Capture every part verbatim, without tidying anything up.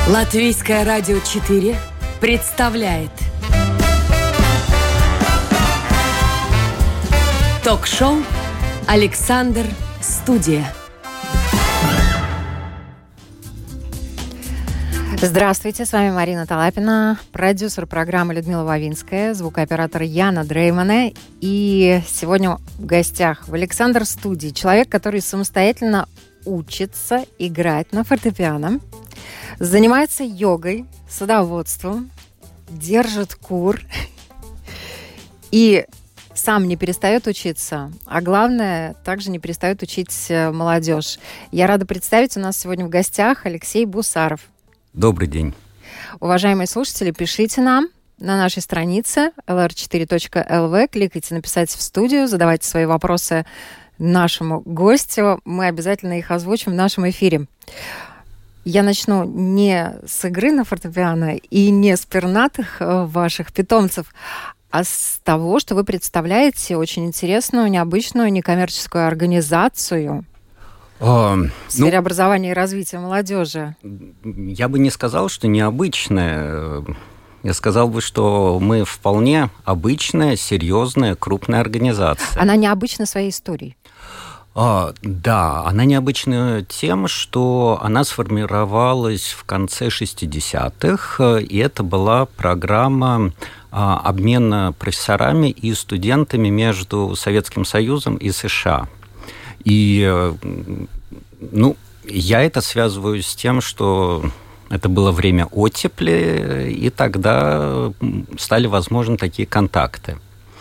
Латвийское радио четыре представляет ток-шоу «Александр Студия». Здравствуйте, с вами Марина Талапина, продюсер программы Людмила Вавинская, звукооператор Яна Дреймане. И сегодня в гостях в Александр Студии человек, который самостоятельно учится играть на фортепиано, занимается йогой, садоводством, держит кур и сам не перестает учиться, а главное, также не перестает учить молодежь. Я рада представить, у нас сегодня в гостях Алексей Бусаров. Добрый день. Уважаемые слушатели, пишите нам на нашей странице эл эр четыре точка эл ви, кликайте «Написать в студию», задавайте свои вопросы нашему гостю, мы обязательно их озвучим в нашем эфире. Я начну не с игры на фортепиано и не с пернатых ваших питомцев, а с того, что вы представляете очень интересную, необычную некоммерческую организацию а, в сфере ну, образования и развития молодежи. Я бы не сказал, что необычная. Я сказал бы, что мы вполне обычная, серьезная, крупная организация. Она необычна своей историей. А, да, она необычна тем, что она сформировалась в конце шестидесятых, и это была программа а, обмена профессорами и студентами между Советским Союзом и США. И, ну, я это связываю с тем, что это было время оттепели, и тогда стали возможны такие контакты.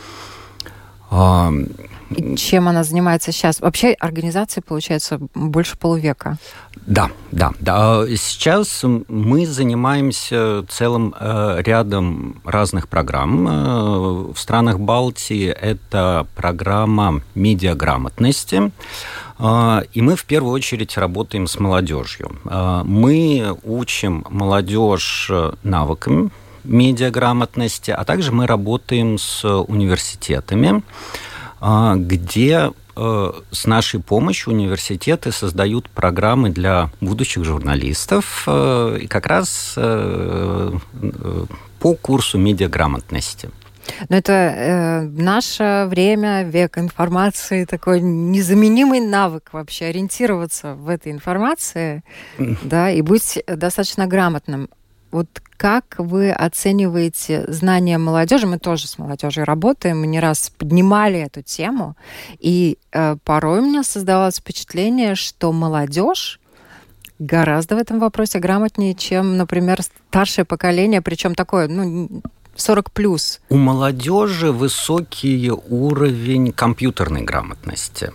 И чем она занимается сейчас? Вообще организации, получается, больше полувека. Да, да, да. Сейчас мы занимаемся целым рядом разных программ. В странах Балтии это программа медиаграмотности. И мы в первую очередь работаем с молодежью. Мы учим молодежь навыкам медиаграмотности, а также мы работаем с университетами, где с нашей помощью университеты создают программы для будущих журналистов и как раз по курсу медиаграмотности. Но это э, наше время, век информации, такой незаменимый навык вообще ориентироваться в этой информации, да, и быть достаточно грамотным. Вот как вы оцениваете знания молодежи? Мы тоже с молодежью работаем, мы не раз поднимали эту тему, и э, порой у меня создавалось впечатление, что молодежь гораздо в этом вопросе грамотнее, чем, например, старшее поколение, причем такое, ну, сорок плюс. У молодежи высокий уровень компьютерной грамотности.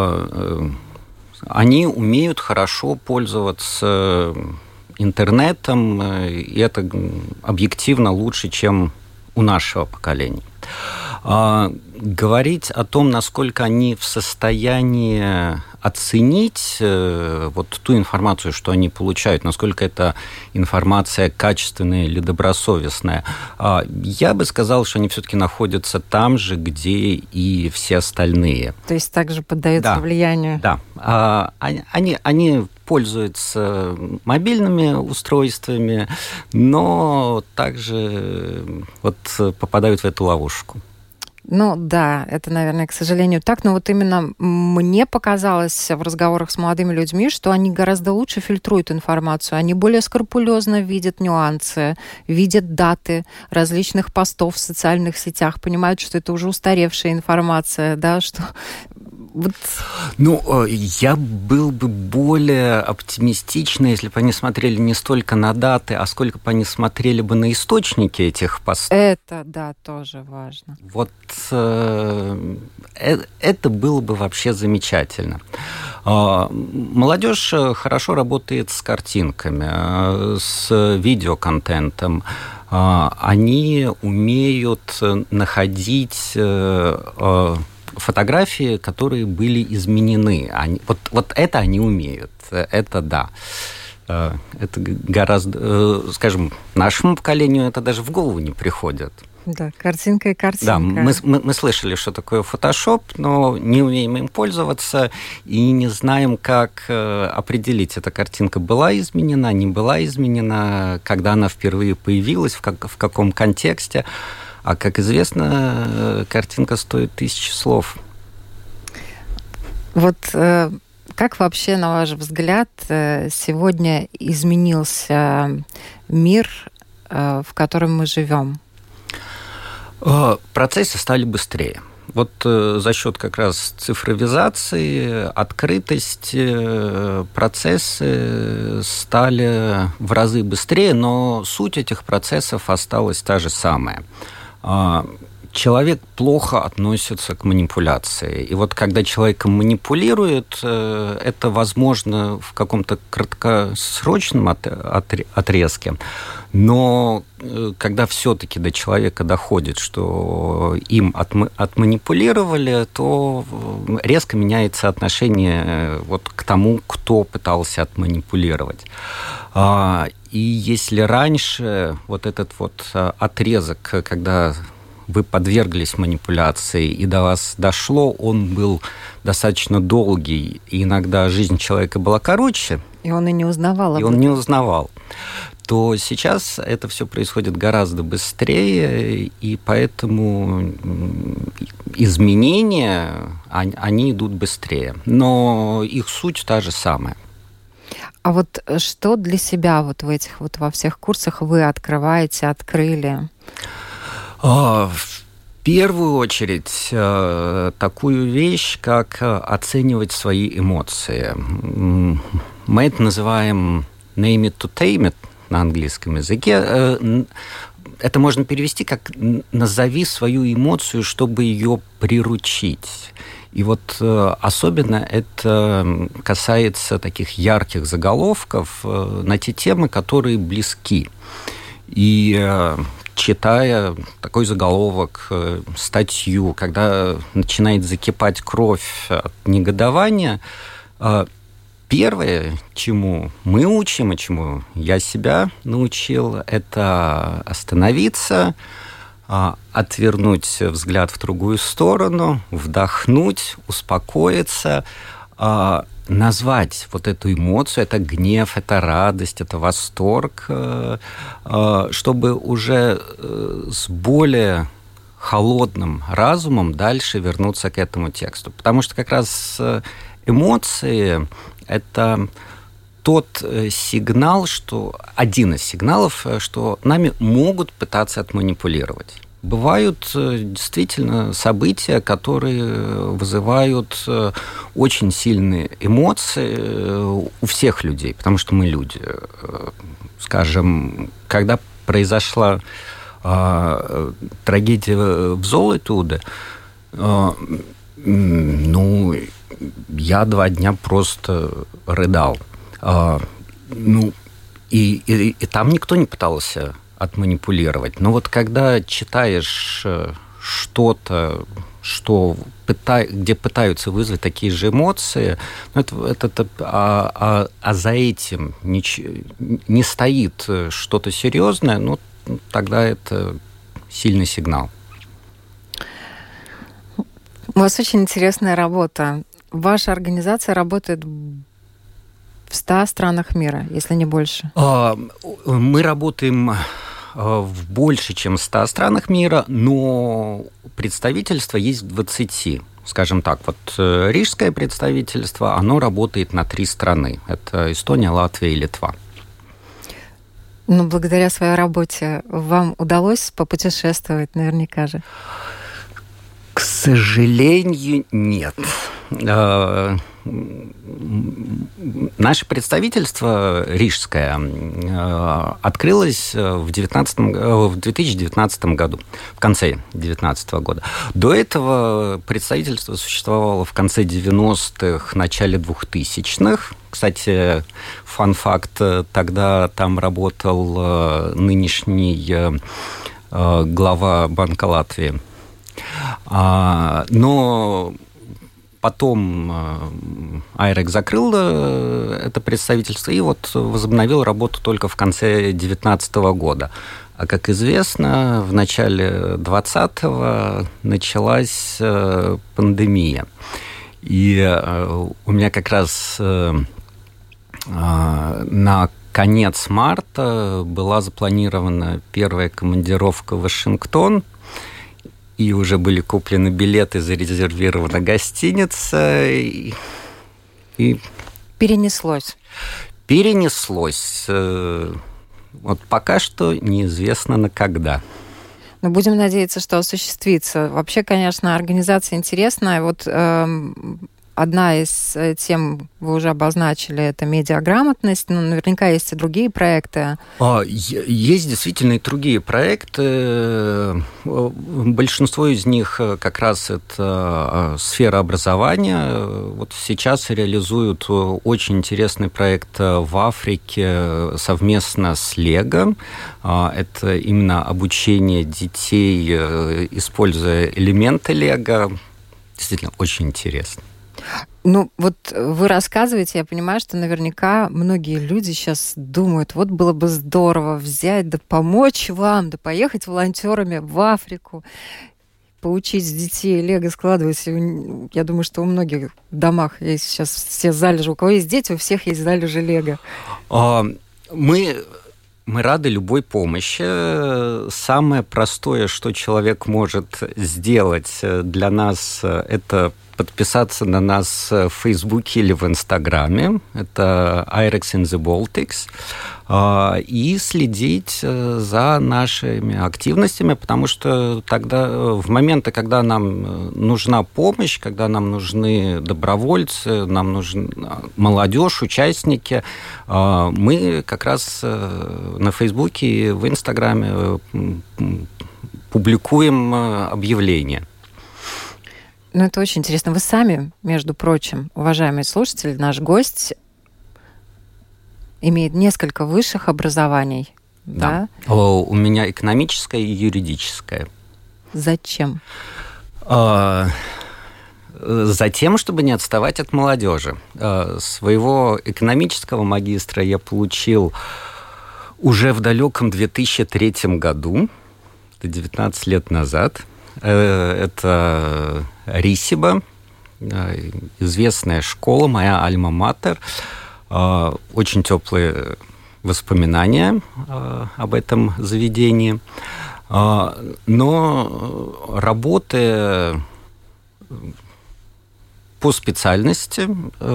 Они умеют хорошо пользоваться интернетом, и это объективно лучше, чем у нашего поколения. Говорить о том, насколько они в состоянии оценить вот ту информацию, что они получают, насколько эта информация качественная или добросовестная, я бы сказал, что они все-таки находятся там же, где и все остальные. То есть также поддаются да, влиянию. Да. Они, они пользуются мобильными устройствами, но также вот попадают в эту ловушку. Ну да, это, наверное, к сожалению, так. Но вот именно мне показалось в разговорах с молодыми людьми, что они гораздо лучше фильтруют информацию, они более скрупулезно видят нюансы, видят даты различных постов в социальных сетях, понимают, что это уже устаревшая информация, да, что... Вот. Ну, я был бы более оптимистичный, если бы они смотрели не столько на даты, а сколько бы они смотрели бы на источники этих постов. Это, да, тоже важно. Вот э, это было бы вообще замечательно. Э, молодежь хорошо работает с картинками, с видеоконтентом. Э, они умеют находить... Э, фотографии, которые были изменены. Они, вот, вот это они умеют. Это да. Это гораздо, скажем, нашему поколению это даже в голову не приходит. Да, картинка и картинка. Да, мы, мы, мы слышали, что такое Photoshop, но не умеем им пользоваться и не знаем, как э, определить, эта картинка была изменена, не была изменена, когда она впервые появилась, в, как, в каком контексте. А, как известно, картинка стоит тысячи слов. Вот э, как вообще, на ваш взгляд, сегодня изменился мир, э, в котором мы живем? Процессы стали быстрее. Вот э, за счет как раз цифровизации, открытости процессы стали в разы быстрее, но суть этих процессов осталась та же самая. Человек плохо относится к манипуляции. И вот когда человеком манипулирует, это возможно в каком-то краткосрочном отрезке, но когда все-таки до человека доходит, что им отманипулировали, то резко меняется отношение вот к тому, кто пытался отманипулировать. И если раньше вот этот вот отрезок, когда вы подверглись манипуляции, и до вас дошло, он был достаточно долгий, и иногда жизнь человека была короче. И он и не узнавал об И этом. он не узнавал. То сейчас это все происходит гораздо быстрее, и поэтому изменения, они идут быстрее. Но их суть та же самая. А вот что для себя вот в этих вот во всех курсах вы открываете, открыли? В первую очередь такую вещь, как оценивать свои эмоции. Мы это называем name it to tame it на английском языке. Это можно перевести как «назови свою эмоцию, чтобы ее приручить». И вот особенно это касается таких ярких заголовков на те темы, которые близки. И читая такой заголовок, статью, когда начинает закипать кровь от негодования, первое, чему мы учим, и чему я себя научил, это остановиться, отвернуть взгляд в другую сторону, вдохнуть, успокоиться, назвать вот эту эмоцию, это гнев, это радость, это восторг, чтобы уже с более холодным разумом дальше вернуться к этому тексту. Потому что как раз эмоции – это тот сигнал, что один из сигналов, что нами могут пытаться отманипулировать. Бывают действительно события, которые вызывают очень сильные эмоции у всех людей, потому что мы люди. Скажем, когда произошла э, трагедия в Золотуде, э, ну, я два дня просто рыдал. Э, ну, и, и, и там никто не пытался отманипулировать. Но вот когда читаешь что-то, что пыта... где пытаются вызвать такие же эмоции, ну, это, это, это, а, а, а за этим не, не стоит что-то серьезное, ну, тогда это сильный сигнал. У вас очень интересная работа. Ваша организация работает в ста странах мира, если не больше. Мы работаем в больше, чем ста странах мира, но представительство есть в двадцати. Скажем так, вот рижское представительство, оно работает на три страны. Это Эстония, Латвия и Литва. Ну, благодаря своей работе вам удалось попутешествовать наверняка же? К сожалению, нет. Наше представительство рижское открылось в, в две тысячи девятнадцатом году, в конце две тысячи девятнадцатого года. До этого представительство существовало в конце девяностых, начале двухтысячных. Кстати, фан-факт, тогда там работал нынешний глава Банка Латвии. Но потом Айрек закрыл это представительство и вот возобновил работу только в конце две тысячи девятнадцатого года. А как известно, в начале двадцатого началась пандемия. И у меня как раз на конец марта была запланирована первая командировка в Вашингтон, и уже были куплены билеты, зарезервирована гостиница. И... и... Перенеслось. Перенеслось. Вот пока что неизвестно на когда. Но будем надеяться, что осуществится. Вообще, конечно, организация интересная. Вот э, одна из тем, вы уже обозначили, это медиаграмотность. Но наверняка есть и другие проекты. Есть действительно и другие проекты. Большинство из них как раз это сфера образования. Вот сейчас реализуют очень интересный проект в Африке совместно с Лего. Это именно обучение детей, используя элементы Лего. Действительно, очень интересно. Ну, вот вы рассказываете, я понимаю, что наверняка многие люди сейчас думают, вот было бы здорово взять, да помочь вам, да поехать волонтерами в Африку, поучить детей лего складывать. Я думаю, что у многих в домах есть сейчас все залежи. У кого есть дети, у всех есть залежи лего. Мы... Мы рады любой помощи. Самое простое, что человек может сделать для нас, это подписаться на нас в Фейсбуке или в Инстаграме. Это Айрекс in the Baltics. И следить за нашими активностями, потому что тогда, в моменты, когда нам нужна помощь, когда нам нужны добровольцы, нам нужна молодежь, участники, мы как раз на Фейсбуке и в Инстаграме публикуем объявления. Ну, это очень интересно. Вы сами, между прочим, уважаемые слушатели, наш гость имеет несколько высших образований. Да. Да? У меня экономическое и юридическое. Зачем? Затем, чтобы не отставать от молодежи. Своего экономического магистра я получил уже в далеком две тысячи третьем году, это девятнадцать лет назад. Это Рисиба, известная школа, моя альма-матер. Очень теплые воспоминания об этом заведении. Но работая по специальности,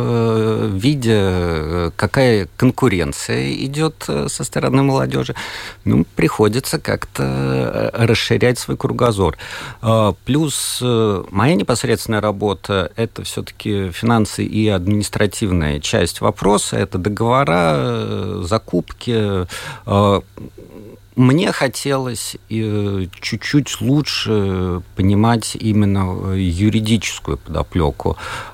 видя, какая конкуренция идет со стороны молодежи, ну, приходится как-то расширять свой кругозор. Плюс моя непосредственная работа – это все-таки финансы и административная часть вопроса, это договора, закупки. Мне хотелось чуть-чуть лучше понимать именно юридическую подоплеку.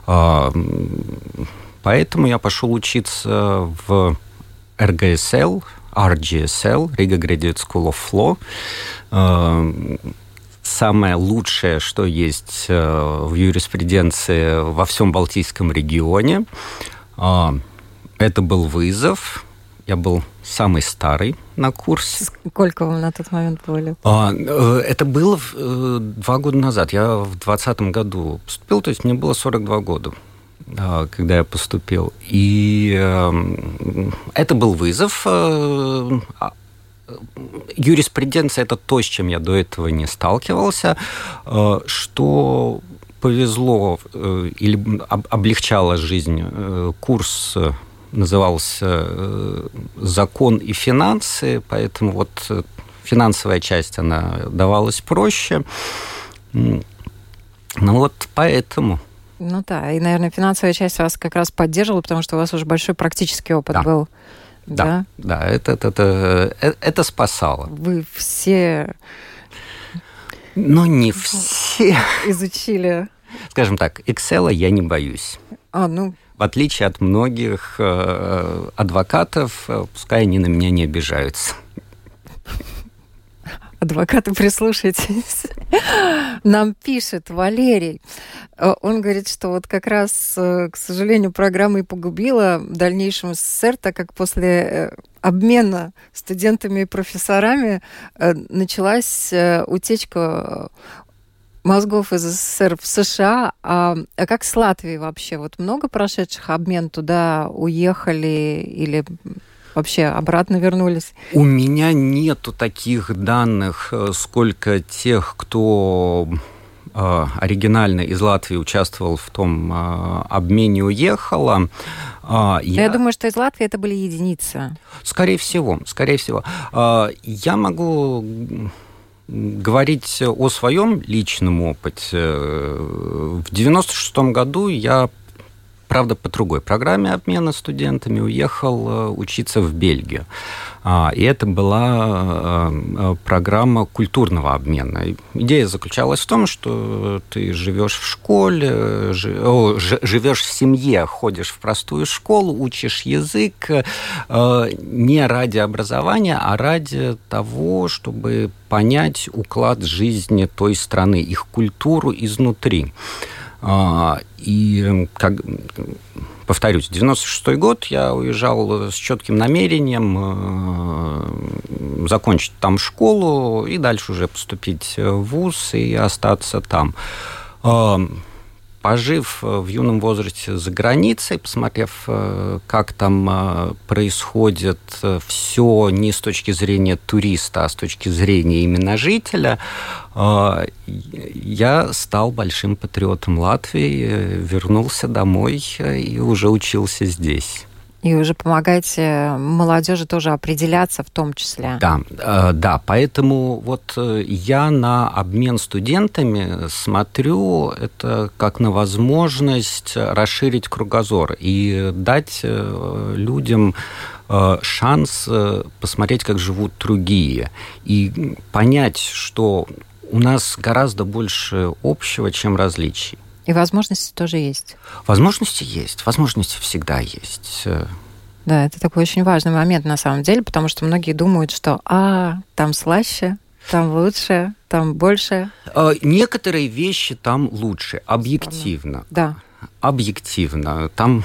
Поэтому я пошел учиться в эр джи эс эл, ар джи эс эл, Riga Graduate School of Law. Самое лучшее, что есть в юриспруденции во всем Балтийском регионе. Это был вызов. Я был самый старый на курсе. Сколько вам на тот момент было лет? Это было два года назад. Я в двадцатом году поступил, то есть мне было сорок два года, когда я поступил. И это был вызов. Юриспруденция – это то, с чем я до этого не сталкивался, что повезло или облегчало жизнь курс. Назывался «Закон и финансы», поэтому вот финансовая часть, она давалась проще. Ну вот поэтому. Ну да, и, наверное, финансовая часть вас как раз поддерживала, потому что у вас уже большой практический опыт да. был. Да, да, да, это, это, это, это спасало. Вы все... Но не все. Изучили. Скажем так, Excel я не боюсь. А, ну... В отличие от многих э, адвокатов, пускай они на меня не обижаются. Адвокаты, прислушайтесь. Нам пишет Валерий. Он говорит, что вот как раз, к сожалению, программа и погубила в дальнейшем СССР, так как после обмена студентами и профессорами началась утечка мозгов из СССР в США. А, а как с Латвией вообще? Вот много прошедших обмен туда уехали или вообще обратно вернулись? У меня нету таких данных, сколько тех, кто э, оригинально из Латвии участвовал в том э, обмене, уехало. Э, я... я думаю, что из Латвии это были единицы. Скорее всего, скорее всего. Э, я могу говорить о своем личном опыте. В девяносто шестом году я, правда, по другой программе обмена студентами уехал учиться в Бельгию. И это была программа культурного обмена. Идея заключалась в том, что ты живешь в школе, живешь в семье, ходишь в простую школу, учишь язык не ради образования, а ради того, чтобы понять уклад жизни той страны, их культуру изнутри. И, как, повторюсь, девяносто шестой год я уезжал с четким намерением закончить там школу и дальше уже поступить в вуз и остаться там. Пожив в юном возрасте за границей, посмотрев, как там происходит все не с точки зрения туриста, а с точки зрения именно жителя, я стал большим патриотом Латвии, вернулся домой и уже учился здесь. И уже помогаете молодежи тоже определяться в том числе. Да, да, поэтому вот я на обмен студентами смотрю это как на возможность расширить кругозор и дать людям шанс посмотреть, как живут другие, и понять, что у нас гораздо больше общего, чем различий. И возможности тоже есть. Возможности есть. Возможности всегда есть. Да, это такой очень важный момент на самом деле, потому что многие думают, что а, там слаще, там лучше, там больше. Некоторые вещи там лучше, объективно. Да. Объективно. Там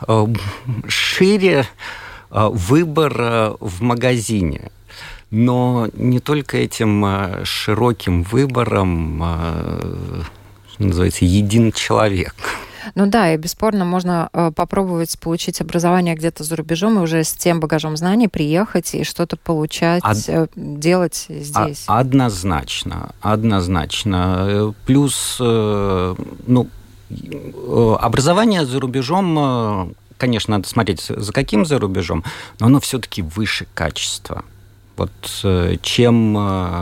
шире выбор в магазине. Но не только этим широким выбором, что называется, един человек. Ну да, и бесспорно можно э, попробовать получить образование где-то за рубежом и уже с тем багажом знаний приехать и что-то получать, Од... э, делать здесь. Однозначно, однозначно. Плюс, э, ну, образование за рубежом, конечно, надо смотреть, за каким за рубежом, но оно все-таки выше качества. Вот чем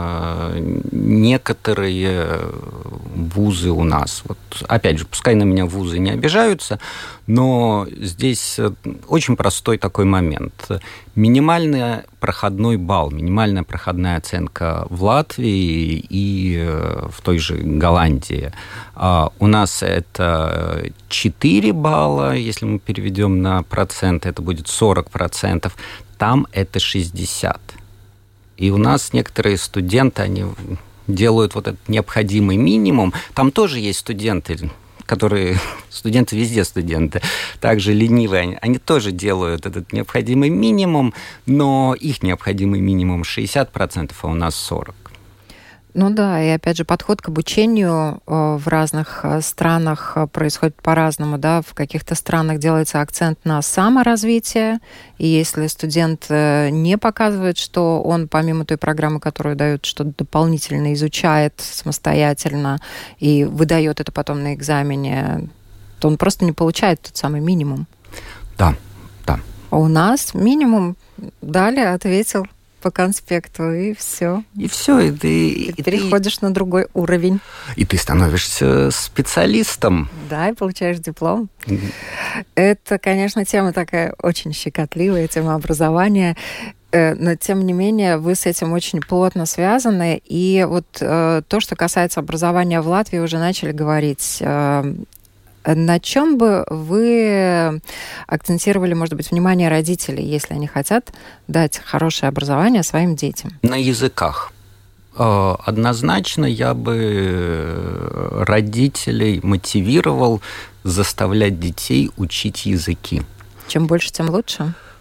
некоторые вузы у нас. Вот, опять же, пускай на меня вузы не обижаются, но здесь очень простой такой момент. Минимальный проходной балл, минимальная проходная оценка в Латвии и в той же Голландии. У нас это четыре балла, если мы переведем на проценты, это будет сорок процентов. Там это шестьдесят. И у нас некоторые студенты, они делают вот этот необходимый минимум. Там тоже есть студенты, которые... Студенты везде студенты. Также ленивые. Они, они тоже делают этот необходимый минимум, но их необходимый минимум шестьдесят процентов, а у нас сорок процентов. Ну да, и опять же подход к обучению в разных странах происходит по-разному, да, в каких-то странах делается акцент на саморазвитие, и если студент не показывает, что он помимо той программы, которую дают, что-то дополнительно изучает самостоятельно и выдает это потом на экзамене, то он просто не получает тот самый минимум. Да, да. А у нас минимум дали, ответил по конспекту, и все. И все, и ты... И ты переходишь ты, на другой уровень. И ты становишься специалистом. Да, и получаешь диплом. Mm-hmm. Это, конечно, тема такая очень щекотливая, тема образования. Но, тем не менее, вы с этим очень плотно связаны. И вот то, что касается образования в Латвии, уже начали говорить. На чем бы вы акцентировали, может быть, внимание родителей, если они хотят дать хорошее образование своим детям? На языках. Однозначно я бы родителей мотивировал заставлять детей учить языки. Чем больше, тем лучше?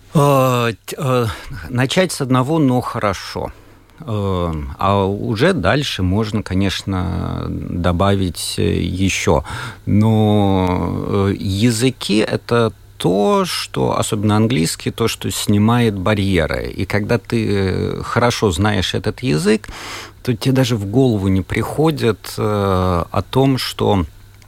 Начать с одного, но хорошо. А уже дальше можно, конечно, добавить еще. Но языки – это то, что, особенно английский, то, что снимает барьеры. И когда ты хорошо знаешь этот язык, то тебе даже в голову не приходит о том, что,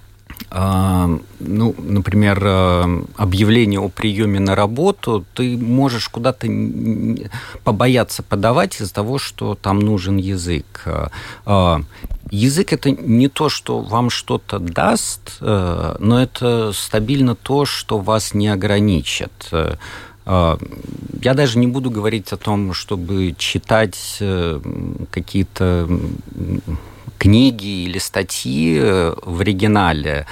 ну, например, объявление о приеме на работу ты можешь куда-то побояться подавать из-за того, что там нужен язык. Язык – это не то, что вам что-то даст, но это стабильно то, что вас не ограничит. Я даже не буду говорить о том, чтобы читать какие-то книги или статьи в оригинале.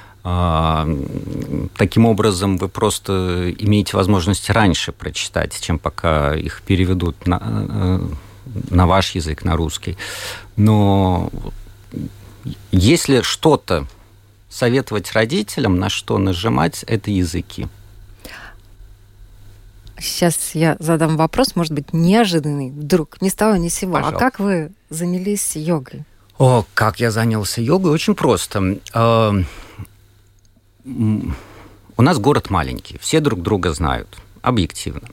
Таким образом, вы просто имеете возможность раньше прочитать, чем пока их переведут на, на ваш язык, на русский. Но если что-то советовать родителям, на что нажимать, это языки. Сейчас я задам вопрос, может быть, неожиданный, вдруг, ни с того ни с сего. Пожалуйста. А как вы занялись йогой? О, как я занялся йогой? Очень просто. У нас город маленький, все друг друга знают, объективно.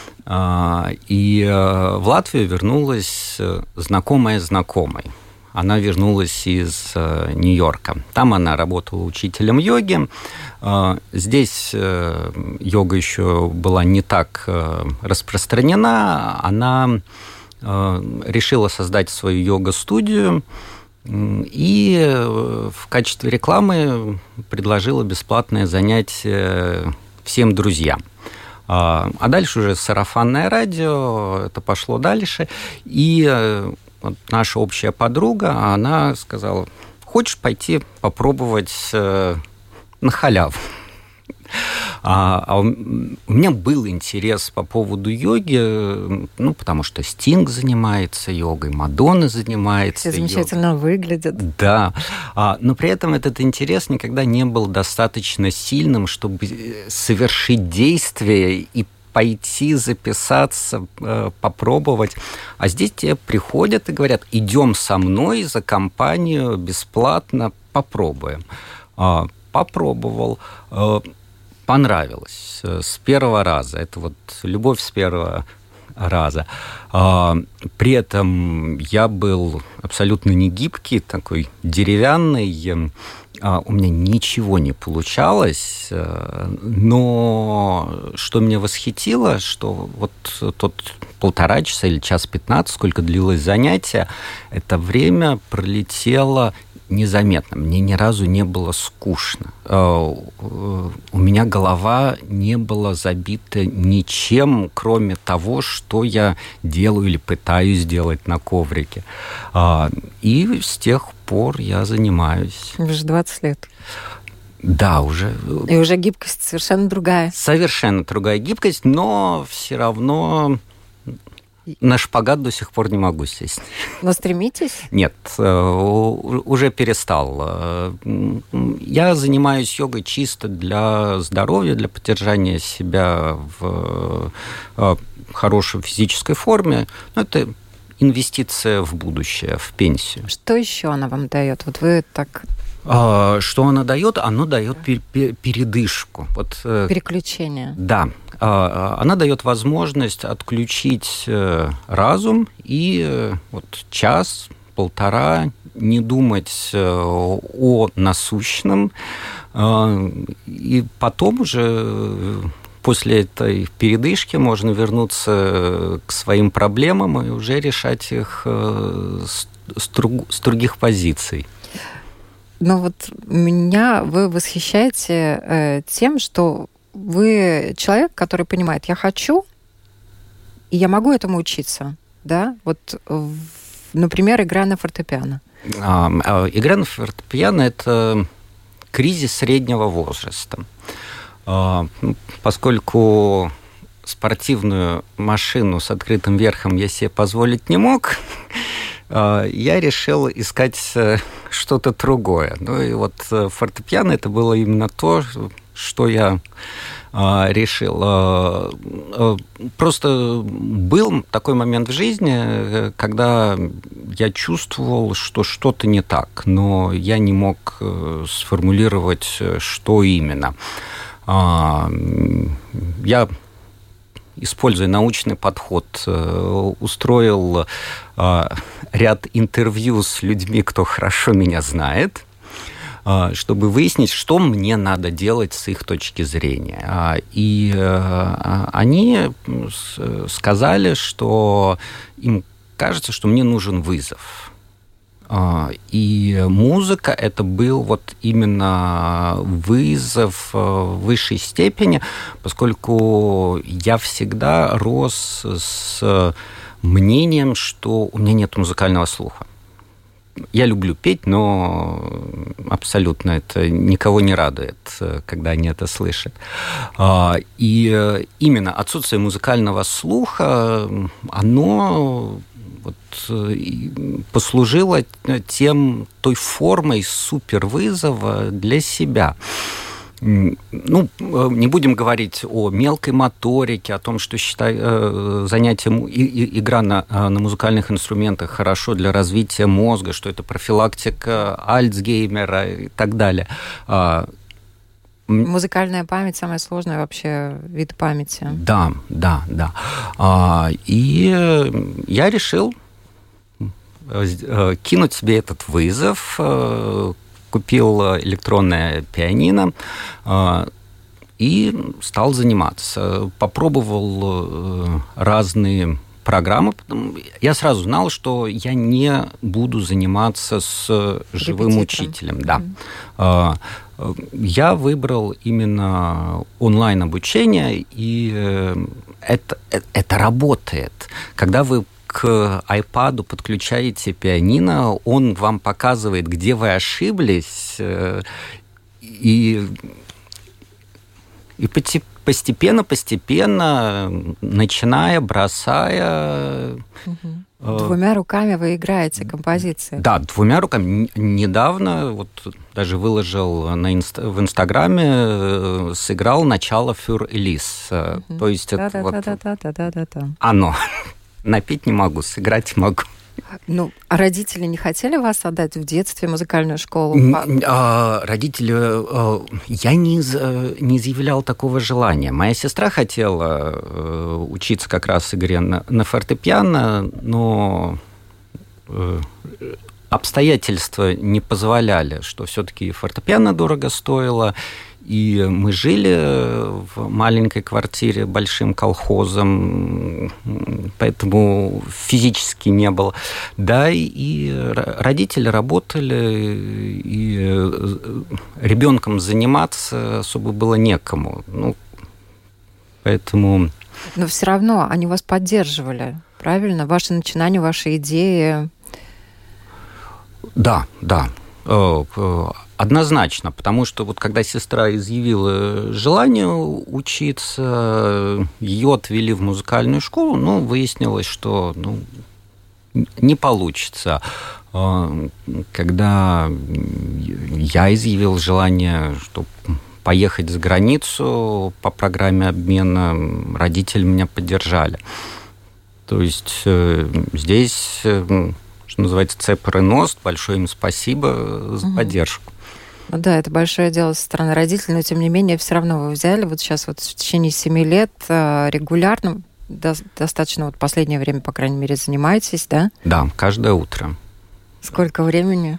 И в Латвию вернулась знакомая знакомой. Она вернулась из Нью-Йорка. Там она работала учителем йоги. Здесь йога еще была не так распространена. Она решила создать свою йога-студию и в качестве рекламы предложила бесплатное занятие всем друзьям. А дальше уже сарафанное радио, это пошло дальше. И вот наша общая подруга, она сказала: хочешь пойти попробовать на халяву? А, а у, у меня был интерес по поводу йоги, ну, потому что Стинг занимается йогой, Мадонна занимается Все замечательно йогой. выглядят. Да, а, но при этом этот интерес никогда не был достаточно сильным, чтобы совершить действие и пойти записаться, попробовать. А здесь тебе приходят и говорят: идем со мной за компанию бесплатно, попробуем. Попробовал. Понравилось с первого раза. Это вот любовь с первого раза. При этом я был абсолютно не гибкий, такой деревянный. У меня ничего не получалось, но что меня восхитило, что вот тот полтора часа или час пятнадцать, сколько длилось занятие, это время пролетело незаметно. Мне ни разу не было скучно. У меня голова не была забита ничем, кроме того, что я делаю или пытаюсь сделать на коврике. И с тех пор я занимаюсь. Уже двадцать лет. Да, уже. И уже гибкость совершенно другая. Совершенно другая гибкость, но все равно на шпагат до сих пор не могу сесть. Но стремитесь? Нет, уже перестал. Я занимаюсь йогой чисто для здоровья, для поддержания себя в хорошей физической форме. Но это инвестиция в будущее, в пенсию. Что еще она вам дает? Вот вы так... Что она дает? Она дает передышку. Вот, переключение. Да. Она дает возможность отключить разум и вот час, полтора не думать о насущном. И потом уже после этой передышки можно вернуться к своим проблемам и уже решать их с других позиций. Но вот меня вы восхищаете э, тем, что вы человек, который понимает: я хочу, и я могу этому учиться, да? Вот, в, например, игра на фортепиано. А, игра на фортепиано – это кризис среднего возраста. А, поскольку спортивную машину с открытым верхом я себе позволить не мог, я решил искать что-то другое. Ну и вот фортепиано – это было именно то, что я решил. Просто был такой момент в жизни, когда я чувствовал, что что-то не так, но я не мог сформулировать, что именно. Я, используя научный подход, устроил ряд интервью с людьми, кто хорошо меня знает, чтобы выяснить, что мне надо делать с их точки зрения. И они сказали, что им кажется, что мне нужен вызов. И музыка – это был вот именно вызов в высшей степени, поскольку я всегда рос с мнением, что у меня нет музыкального слуха. Я люблю петь, но абсолютно это никого не радует, когда они это слышат. И именно отсутствие музыкального слуха, оно вот послужило тем, той формой супервызова для себя. Ну, не будем говорить о мелкой моторике, о том, что считаю, занятие, игра на, на музыкальных инструментах хорошо для развития мозга, что это профилактика Альцгеймера и так далее. Музыкальная память – самый сложный вообще вид памяти. Да, да, да. И я решил кинуть себе этот вызов, купил электронное пианино и стал заниматься. Попробовал разные программы. Я сразу знал, что я не буду заниматься с живым учителем. Да. Mm-hmm. Я выбрал именно онлайн-обучение, и это, это работает. Когда вы к iPad подключаете пианино, он вам показывает, где вы ошиблись, и, и постепенно-постепенно, начиная, бросая... Угу. Двумя руками вы играете композиции. Да, двумя руками. Недавно вот даже выложил на инста, в Инстаграме, сыграл начало «Фюр Элис». Угу. То есть это вот оно. Напеть не могу, сыграть могу. Ну, а родители не хотели вас отдать в детстве в музыкальную школу? Родители... Я не, не изъявлял такого желания. Моя сестра хотела учиться как раз игре на, на фортепиано, но обстоятельства не позволяли, что все-таки фортепиано дорого стоило. И мы жили в маленькой квартире большим колхозом, поэтому физически не было. Да, и родители работали, и ребенком заниматься особо было некому. Ну, поэтому... Но все равно они вас поддерживали, правильно? Ваши начинания, ваши идеи... Да, да. Однозначно, потому что вот когда сестра изъявила желание учиться, ее отвели в музыкальную школу, но выяснилось, что ну, не получится. Когда я изъявил желание, чтобы поехать за границу по программе обмена, родители меня поддержали. То есть здесь... что называется, цепр и ност. Большое им спасибо за поддержку. Ну да, это большое дело со стороны родителей, но тем не менее все равно вы взяли вот сейчас вот в течение семи лет регулярно, достаточно вот последнее время, по крайней мере, занимаетесь, да? Да, каждое утро. Сколько времени?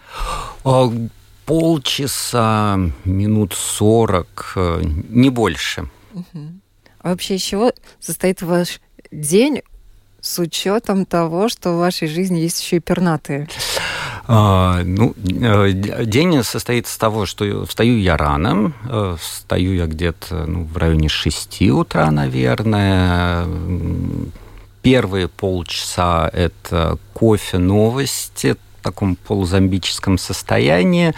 Полчаса, минут сорок, не больше. Угу. А вообще из чего состоит ваш день, с учетом того, что в вашей жизни есть еще и пернатые? А, ну, день состоит из того, что встаю я рано, встаю я где-то ну, в районе шести утра, наверное. Первые полчаса – это кофе, новости в таком полузомбическом состоянии.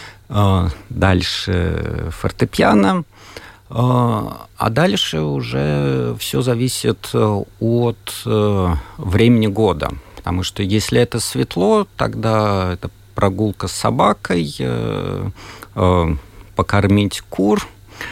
Дальше фортепиано. А дальше уже все зависит от времени года. Потому что если это светло, тогда это прогулка с собакой, покормить кур.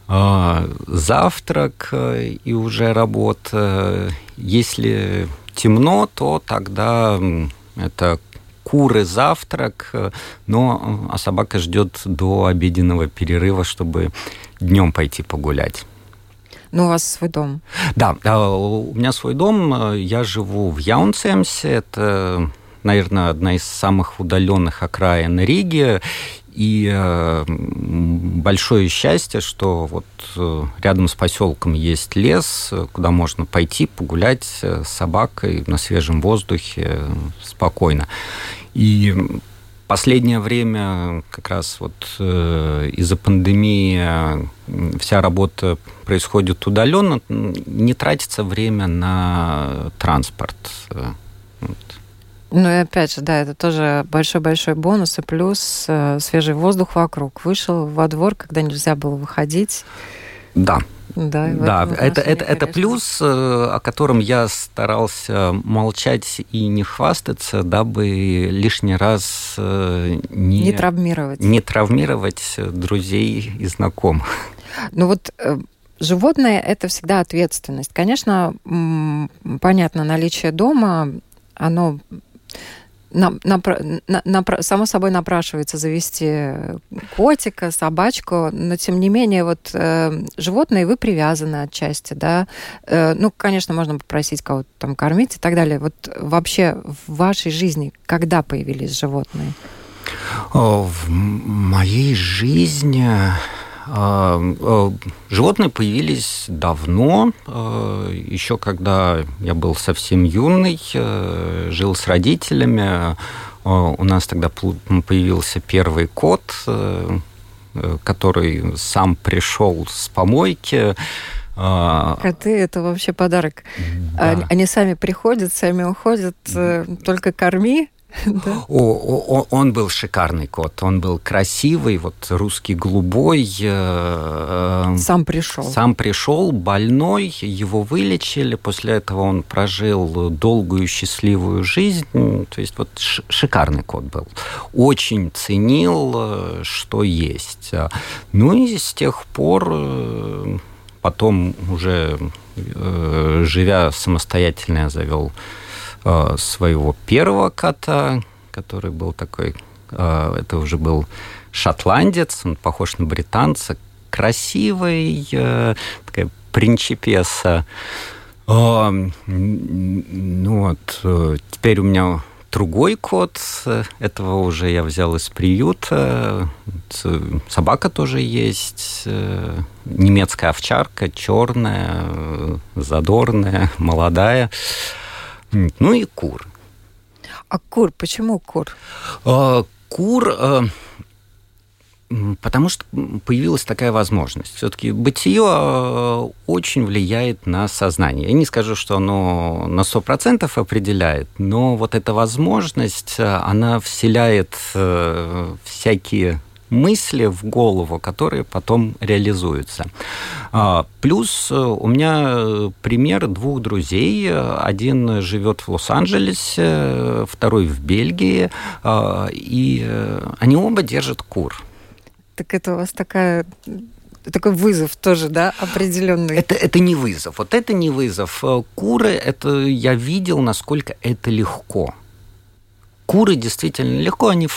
завтрак и уже работа. Если темно, то тогда это куры, завтрак, но а собака ждет до обеденного перерыва, чтобы днем пойти погулять. Ну, у вас свой дом. Да, у меня свой дом. Я живу в Яунцемсе. Это, наверное, одна из самых удаленных окраин Риги. И большое счастье, что вот рядом с поселком есть лес, куда можно пойти погулять с собакой на свежем воздухе спокойно. И последнее время как раз вот из-за пандемии вся работа происходит удаленно, не тратится время на транспорт. Ну и опять же, да, это тоже большой-большой бонус и плюс э, свежий воздух вокруг. Вышел во двор, когда нельзя было выходить. Да. Да, да, это, это, это плюс, о котором я старался молчать и не хвастаться, дабы лишний раз не, не травмировать. не травмировать друзей и знакомых. Ну вот животное – это всегда ответственность. Конечно, понятно, наличие дома, оно... На, на, на, на, само собой напрашивается завести котика, собачку, но тем не менее вот э, животные вы привязаны отчасти, да. Э, ну, конечно, можно попросить кого-то там кормить и так далее. Вот вообще в вашей жизни когда появились животные? В моей жизни животные появились давно, еще когда я был совсем юный, жил с родителями. У нас тогда появился первый кот, который сам пришел с помойки. Коты – это вообще подарок. Да. Они, они сами приходят, сами уходят, только корми. Да. О, о, он был шикарный кот, он был красивый, вот русский голубой. Сам пришел. Сам пришел, больной, его вылечили, после этого он прожил долгую счастливую жизнь. То есть вот шикарный кот был. Очень ценил, что есть. Ну и с тех пор, потом уже живя самостоятельно, я завел своего первого кота, который был такой, это уже был шотландец, он похож на британца, красивый, такая принчипеса. Ну вот, теперь у меня другой кот, этого уже я взял из приюта, собака тоже есть, немецкая овчарка, черная, задорная, молодая. Ну и кур. А кур? Почему кур? А, кур, а, потому что появилась такая возможность. Все-таки бытие очень влияет на сознание. Я не скажу, что оно на сто процентов определяет, но вот эта возможность, она вселяет всякие мысли в голову, которые потом реализуются. Плюс у меня пример двух друзей. Один живет в Лос-Анджелесе, второй в Бельгии, и они оба держат кур. Так это у вас такая... Такой вызов тоже, да, определенный? Это, это не вызов. Вот это не вызов. Куры, это я видел, насколько это легко. Куры действительно легко, они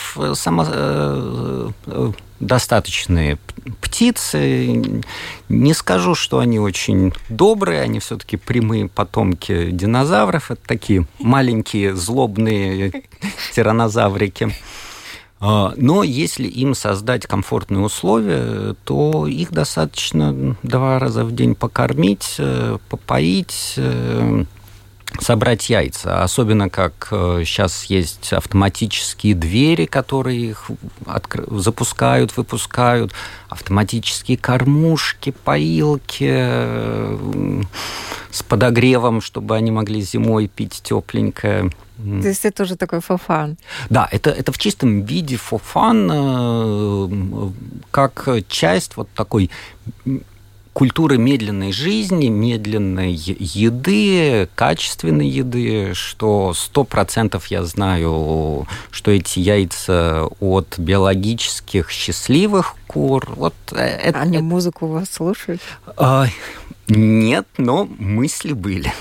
самодостаточные птицы. Не скажу, что они очень добрые, они все-таки прямые потомки динозавров. Это такие маленькие злобные тираннозаврики. Но если им создать комфортные условия, то их достаточно два раза в день покормить, попоить, собрать яйца. Особенно как сейчас есть автоматические двери, которые их откр... запускают, выпускают, автоматические кормушки, поилки с подогревом, чтобы они могли зимой пить тепленькое. То есть это уже такой фофан? Да, это, это в чистом виде фофан, как часть вот такой культуры медленной жизни, медленной еды, качественной еды, что сто процентов я знаю, что эти яйца от биологических счастливых кур. Вот это, Они это... музыку у вас слушают? А, нет, но мысли были.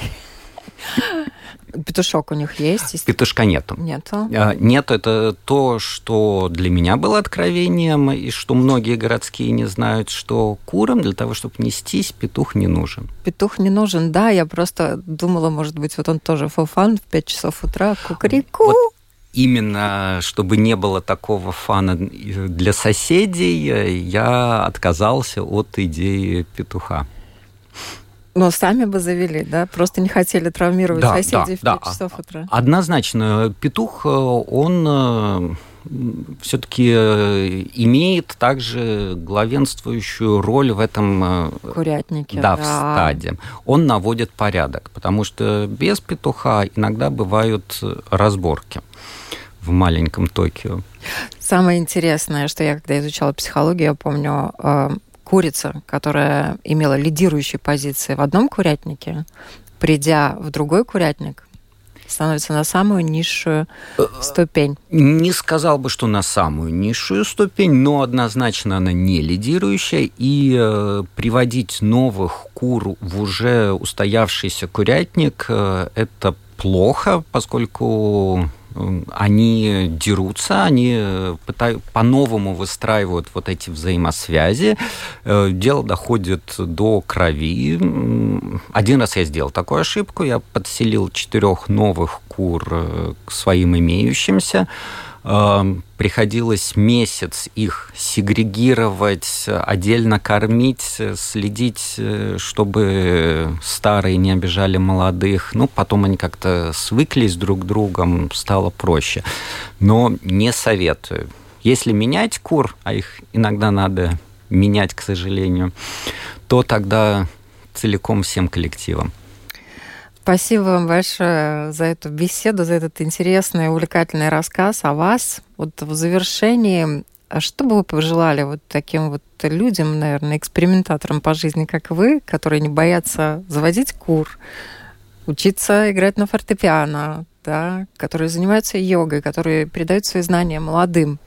Петушок у них есть? Петушка нету. Нету? Нет, это то, что для меня было откровением, и что многие городские не знают, что курам для того, чтобы нестись, петух не нужен. Петух не нужен, да. Я просто думала, может быть, вот он тоже фофан в пять часов утра, кукареку. Вот именно, чтобы не было такого фана для соседей, я отказался от идеи петуха. Но сами бы завели, да? Просто не хотели травмировать да, соседей да, в пять да. часов утра. Однозначно. Петух, он все-таки имеет также главенствующую роль в этом курятнике. Да, да, в стаде. Он наводит порядок, потому что без петуха иногда бывают разборки в маленьком Токио. Самое интересное, что я, когда изучала психологию, я помню... Курица, которая имела лидирующие позиции в одном курятнике, придя в другой курятник, становится на самую низшую ступень. Не сказал бы, что на самую низшую ступень, но однозначно она не лидирующая. И э, приводить новых кур в уже устоявшийся курятник э, – это плохо, поскольку... Они дерутся, они пытаются, по-новому выстраивают вот эти взаимосвязи. Дело доходит до крови. Один раз я сделал такую ошибку. Я подселил четырех новых кур к своим имеющимся. Приходилось месяц их сегрегировать, отдельно кормить, следить, чтобы старые не обижали молодых. Ну, потом они как-то свыклись друг с другом, стало проще. Но не советую. Если менять кур, а их иногда надо менять, к сожалению, то тогда целиком всем коллективом. Спасибо вам большое за эту беседу, за этот интересный, увлекательный рассказ о вас. Вот в завершении, что бы вы пожелали вот таким вот людям, наверное, экспериментаторам по жизни, как вы, которые не боятся заводить кур, учиться играть на фортепиано, да, которые занимаются йогой, которые передают свои знания молодым?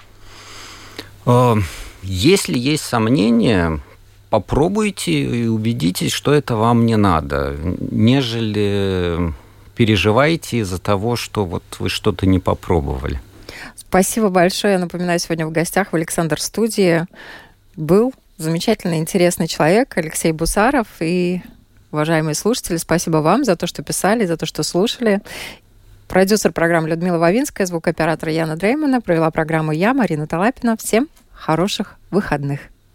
Если есть сомнения... Попробуйте и убедитесь, что это вам не надо, нежели переживаете из-за того, что вот вы что-то не попробовали. Спасибо большое. Я напоминаю, сегодня в гостях в Александр студии был замечательный, интересный человек Алексей Бусаров. И, уважаемые слушатели, спасибо вам за то, что писали, за то, что слушали. Продюсер программы Людмила Вавинская, звукооператор Яна Дреймана. Провела программу я, Марина Талапина. Всем хороших выходных.